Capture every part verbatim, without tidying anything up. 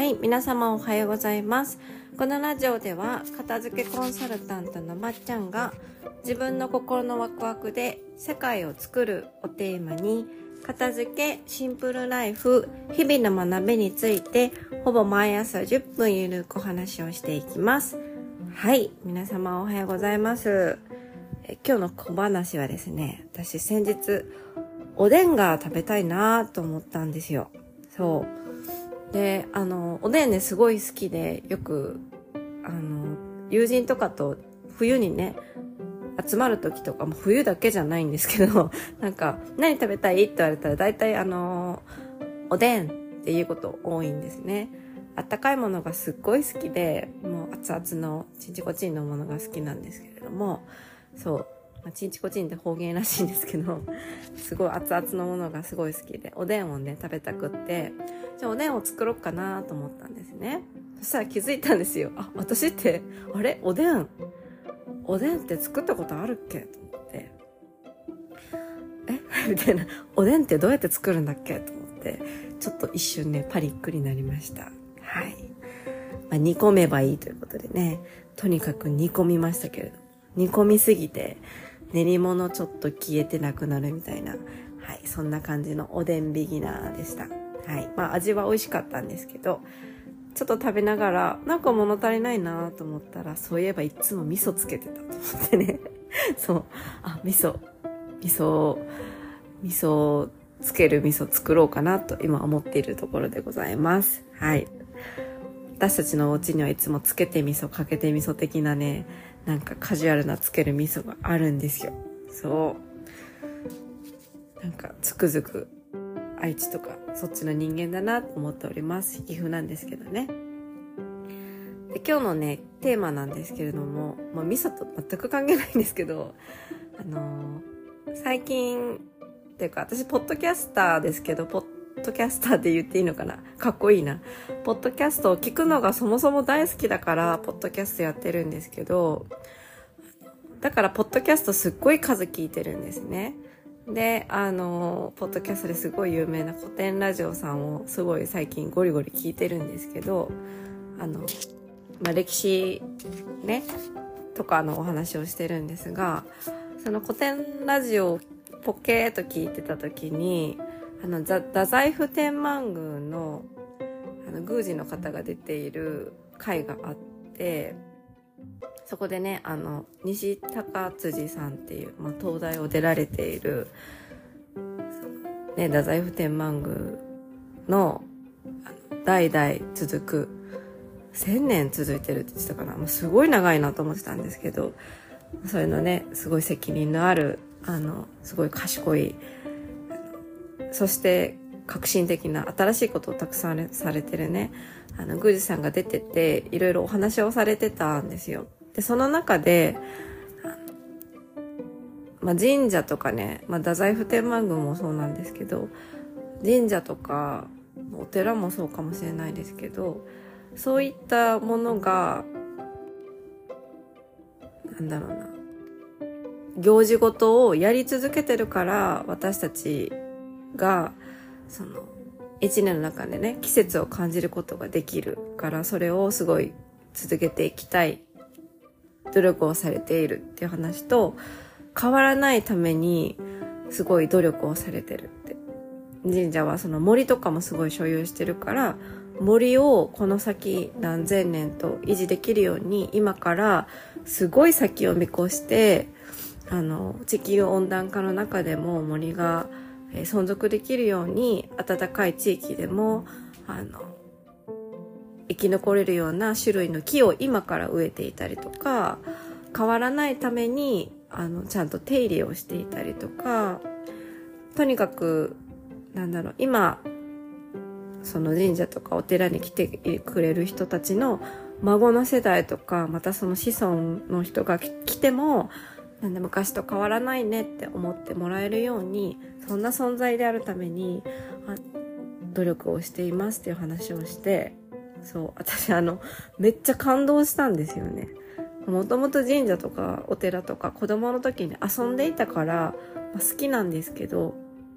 はい、皆様おはようございます。このラジオでは片付けコンサルタントのまっちゃんが自分の心のワクワクで世界を作るをテーマに、片付け、シンプルライフ、日々の学びについてほぼ毎朝じゅっぷんゆるくお話をしていきます。はい、皆様おはようございます。え今日の小話はですね、私先日おでんが食べたいなと思ったんですよ。そうで、あのおでんねすごい好きで、よくあの友人とかと冬にね集まる時とかも、冬だけじゃないんですけどなんか何食べたいって言われたら大体あのおでんっていうこと多いんですね。あったかいものがすっごい好きで、もう熱々のちんちこちんのものが好きなんですけれども、そう、まあ、ちんちこちんって方言らしいんですけどすごい熱々のものがすごい好きで、おでんをね食べたくって、じゃあおでんを作ろうかなと思ったんですね。そしたら気づいたんですよ。あ、私ってあれおでんおでんって作ったことあるっけと思って、えみたいな、おでんってどうやって作るんだっけと思って、ちょっと一瞬ねパニックになりました。はい、まあ、煮込めばいいということでね、とにかく煮込みましたけれど、煮込みすぎて練り物ちょっと消えてなくなるみたいな、はい、そんな感じのおでんビギナーでした。はい、まあ味は美味しかったんですけど、ちょっと食べながらなんか物足りないなと思ったら、そういえばいつも味噌つけてたと思ってねそう、あ、味噌味噌味噌つける味噌作ろうかなと今思っているところでございます。はい、私たちのお家にはいつもつけて味噌かけて味噌的なね、なんかカジュアルなつける味噌があるんですよ。そうなんかつくづく愛知とかそっちの人間だなと思っております。岐阜なんですけどね。で、今日のねテーマなんですけれども、まあ、味噌と全く関係ないんですけど、あのー、最近っていうか、私ポッドキャスターですけど、ポッドキャスターって言っていいのかな、かっこいいな。ポッドキャストを聞くのがそもそも大好きだからポッドキャストやってるんですけど、だからポッドキャストすっごい数聞いてるんですね。で、あのポッドキャストですごい有名な古典ラジオさんをすごい最近ゴリゴリ聞いてるんですけど、あの、まあ、歴史ねとかのお話をしてるんですが、その古典ラジオをポケーっと聞いてた時に、あの太宰府天満宮のあの宮司の方が出ている回があって、そこでね、あの西高辻さんっていう、まあ、東大を出られている、ね、太宰府天満宮の、あの代々続く千年続いてるって言ってたかな、もうすごい長いなと思ってたんですけど、そういうのね、すごい責任のある、あのすごい賢い、そして革新的な新しいことをたくさんされてるね、あの宮司さんが出てて、いろいろお話をされてたんですよ。で、その中で、まあ、神社とかね、まあ、太宰府天満宮もそうなんですけど、神社とかお寺もそうかもしれないですけど、そういったものがなんだろうな、行事ごとをやり続けてるから、私たちがその一年の中でね季節を感じることができるから、それをすごい続けていきたい努力をされているっていう話と、変わらないためにすごい努力をされてるって。神社はその森とかもすごい所有してるから、森をこの先何千年と維持できるように、今からすごい先を見越して、あの地球温暖化の中でも森が存続できるように、暖かい地域でもあの生き残れるような種類の木を今から植えていたりとか、変わらないためにあのちゃんと手入れをしていたりとか、とにかくなんだろう、今その神社とかお寺に来てくれる人たちの孫の世代とか、またその子孫の人が来ても、なんで昔と変わらないねって思ってもらえるように、そんな存在であるために努力をしていますっていう話をして、そう、私あのめっちゃ感動したんですよね。もともと神社とかお寺とか子供の時に遊んでいたから、まあ、好きなんですけど、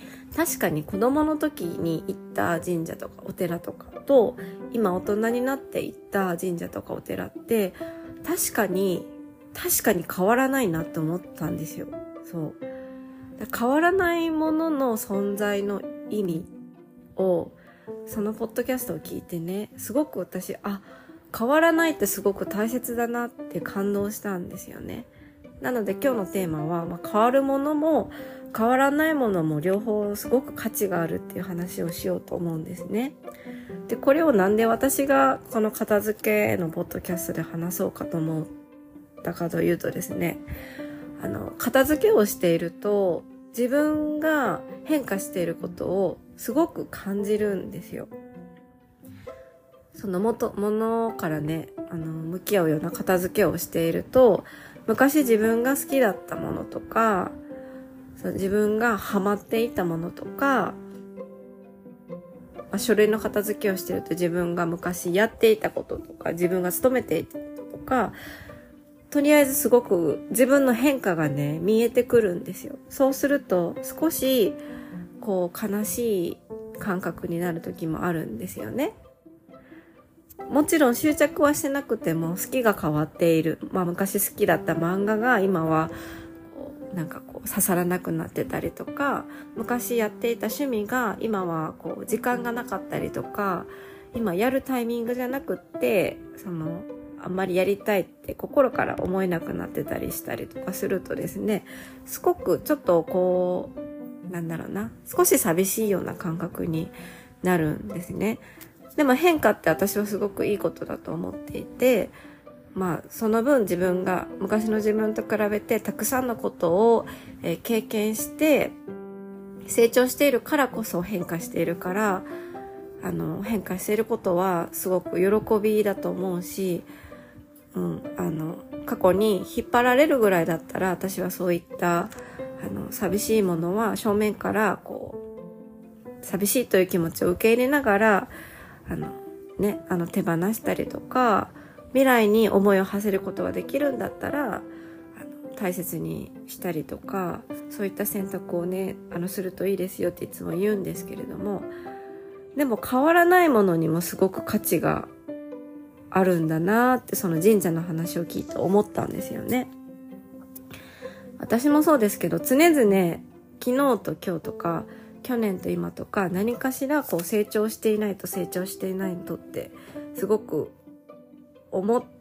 確かに子供の時に行った神社とかお寺とかと今大人になって行った神社とかお寺って確かに確かに変わらないなって思ったんですよ。そう変わらないものの存在の意味をそのポッドキャストを聞いてね、すごく私あ変わらないってすごく大切だなって感動したんですよね。なので今日のテーマは、まあ、変わるものも変わらないものも両方すごく価値があるっていう話をしようと思うんですね。でこれをなんで私がこの片付けのポッドキャストで話そうかと思ったかというとですね、あの片付けをしていると自分が変化していることをすごく感じるんですよ。そのもとものからねあの向き合うような片付けをしていると、昔自分が好きだったものとか、そう自分がハマっていたものとか、まあ、書類の片付けをしていると自分が昔やっていたこととか、自分が勤めていたこととか、とりあえずすごく自分の変化がね見えてくるんですよ。そうすると少しこう悲しい感覚になる時もあるんですよね。もちろん執着はしてなくても好きが変わっている、まあ昔好きだった漫画が今はなんかこう刺さらなくなってたりとか、昔やっていた趣味が今はこう時間がなかったりとか、今やるタイミングじゃなくってそのあんまりやりたいって心から思えなくなってたりしたりとかするとですね、すごくちょっとこうなんだろうな、少し寂しいような感覚になるんですね。でも変化って私はすごくいいことだと思っていて、まあその分自分が昔の自分と比べてたくさんのことを、えー、経験して成長しているからこそ変化しているから、あの変化していることはすごく喜びだと思うし、うん、あの過去に引っ張られるぐらいだったら私はそういったあの寂しいものは正面からこう寂しいという気持ちを受け入れながらあの、ね、あの手放したりとか未来に思いを馳せることができるんだったらあの大切にしたりとか、そういった選択をねあのするといいですよっていつも言うんですけれども、でも変わらないものにもすごく価値があるんだなってその神社の話を聞いて思ったんですよね。私もそうですけど常々昨日と今日とか去年と今とか何かしらこう成長していないと成長していないとってすごく思って、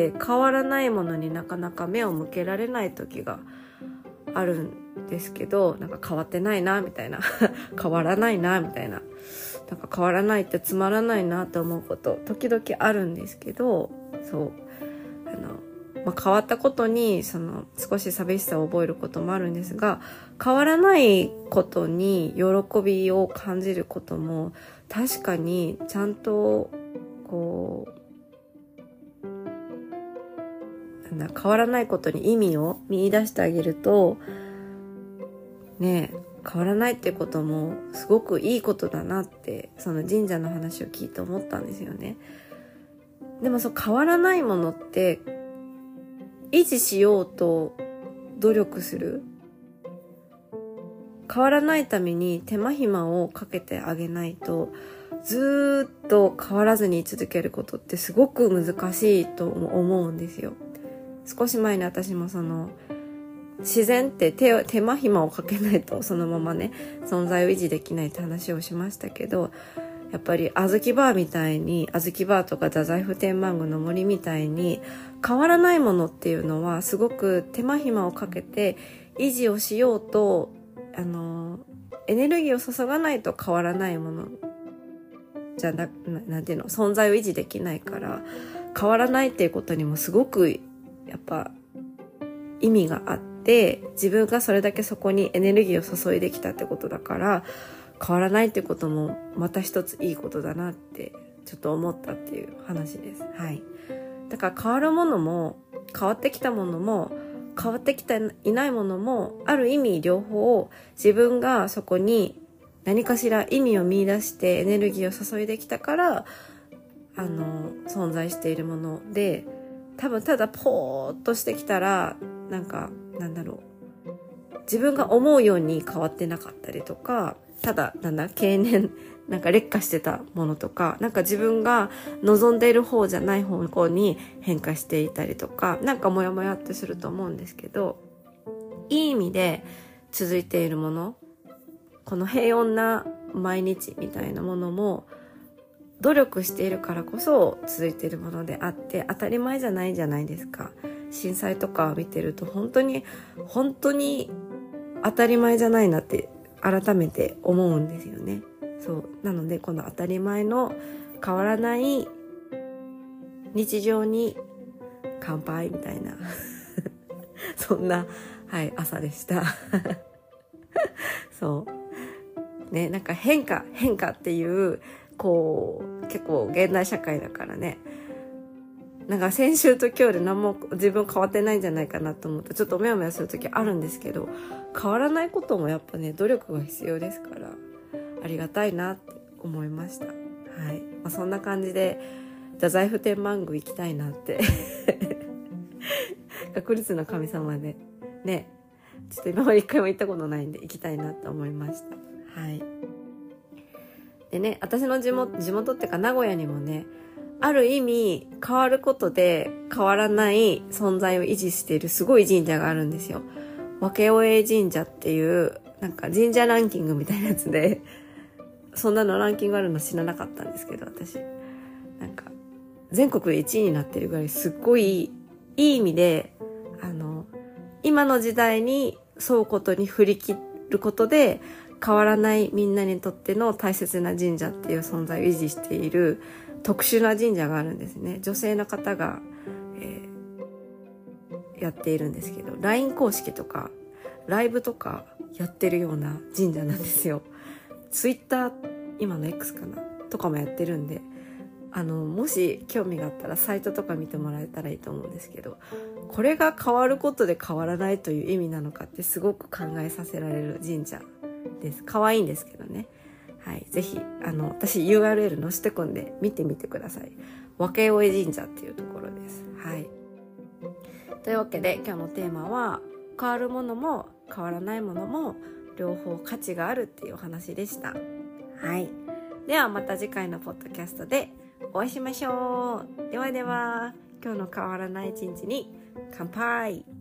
変わらないものになかなか目を向けられない時があるんですけど、なんか変わってないなみたいな変わらないなみたいな、なんか変わらないってつまらないなと思うこと時々あるんですけど、そうあのまあ、変わったことにその少し寂しさを覚えることもあるんですが、変わらないことに喜びを感じることも確かにちゃんとこうなんだ変わらないことに意味を見出してあげるとねえ、変わらないってこともすごくいいことだなってその神社の話を聞いて思ったんですよね。でもそう変わらないものって維持しようと努力する、変わらないために手間暇をかけてあげないとずっと変わらずに続けることってすごく難しいと思うんですよ。少し前に私もその自然って手、手間暇をかけないとそのままね存在を維持できないって話をしましたけど、やっぱりあずきバーみたいに、あずきバーとか太宰府天満宮の森みたいに変わらないものっていうのはすごく手間暇をかけて維持をしようとあのエネルギーを注がないと変わらないものじゃな、なんていうの、存在を維持できないから、変わらないっていうことにもすごくやっぱ意味があって、自分がそれだけそこにエネルギーを注いできたってことだから変わらないってこともまた一ついいことだなってちょっと思ったっていう話です。はい。だから変わるものも変わってきたものも変わってきていないものもある意味両方自分がそこに何かしら意味を見出してエネルギーを注いできたからあの存在しているもので、多分ただポーっとしてきたらなんかなんだろう自分が思うように変わってなかったりとか、ただなんだ経年なんか劣化してたものとか、なんか自分が望んでいる方じゃない方向に変化していたりとか、なんかモヤモヤってすると思うんですけど、いい意味で続いているもの、この平穏な毎日みたいなものも努力しているからこそ続いているものであって、当たり前じゃないじゃないですか。震災とか見てると本当に本当に当たり前じゃないなって改めて思うんですよね。そうなので、この当たり前の変わらない日常に乾杯みたいなそんな、はい、朝でしたそうね、なんか変化変化っていうこう結構現代社会だからね、なんか先週と今日で何も自分変わってないんじゃないかなと思ってちょっとモヤモヤする時あるんですけど、変わらないこともやっぱね努力が必要ですから、ありがたいなって思いました。はい、まあ、そんな感じで太宰府天満宮行きたいなって確率の神様でね、ちょっと今まで一回も行ったことないんで行きたいなと思いました。はい。でね、私の地元地元っていうか名古屋にもね、ある意味変わることで変わらない存在を維持しているすごい神社があるんですよ。和気大江神社っていうなんか神社ランキングみたいなやつで、そんなのランキングあるの知らなかったんですけど、私なんか全国でいちいになってるぐらいすっごいいい意味で、あの今の時代に沿うことに振り切ることで変わらないみんなにとっての大切な神社っていう存在を維持している特殊な神社があるんですね。女性の方が、えー、やっているんですけど、 ライン 公式とかライブとかやってるような神社なんですよ。ツイッター、今の X かなとかもやってるんで、あのもし興味があったらサイトとか見てもらえたらいいと思うんですけど、これが変わることで変わらないという意味なのかってすごく考えさせられる神社です。可愛いんですけどね。はい、ぜひあの私 ユーアールエル 載せてくんで見てみてください。和気大江神社っていうところです。はい。というわけで今日のテーマは、変わるものも変わらないものも両方価値があるっていうお話でした。はい。ではまた次回のポッドキャストでお会いしましょう。ではでは、今日の変わらない一日に乾杯。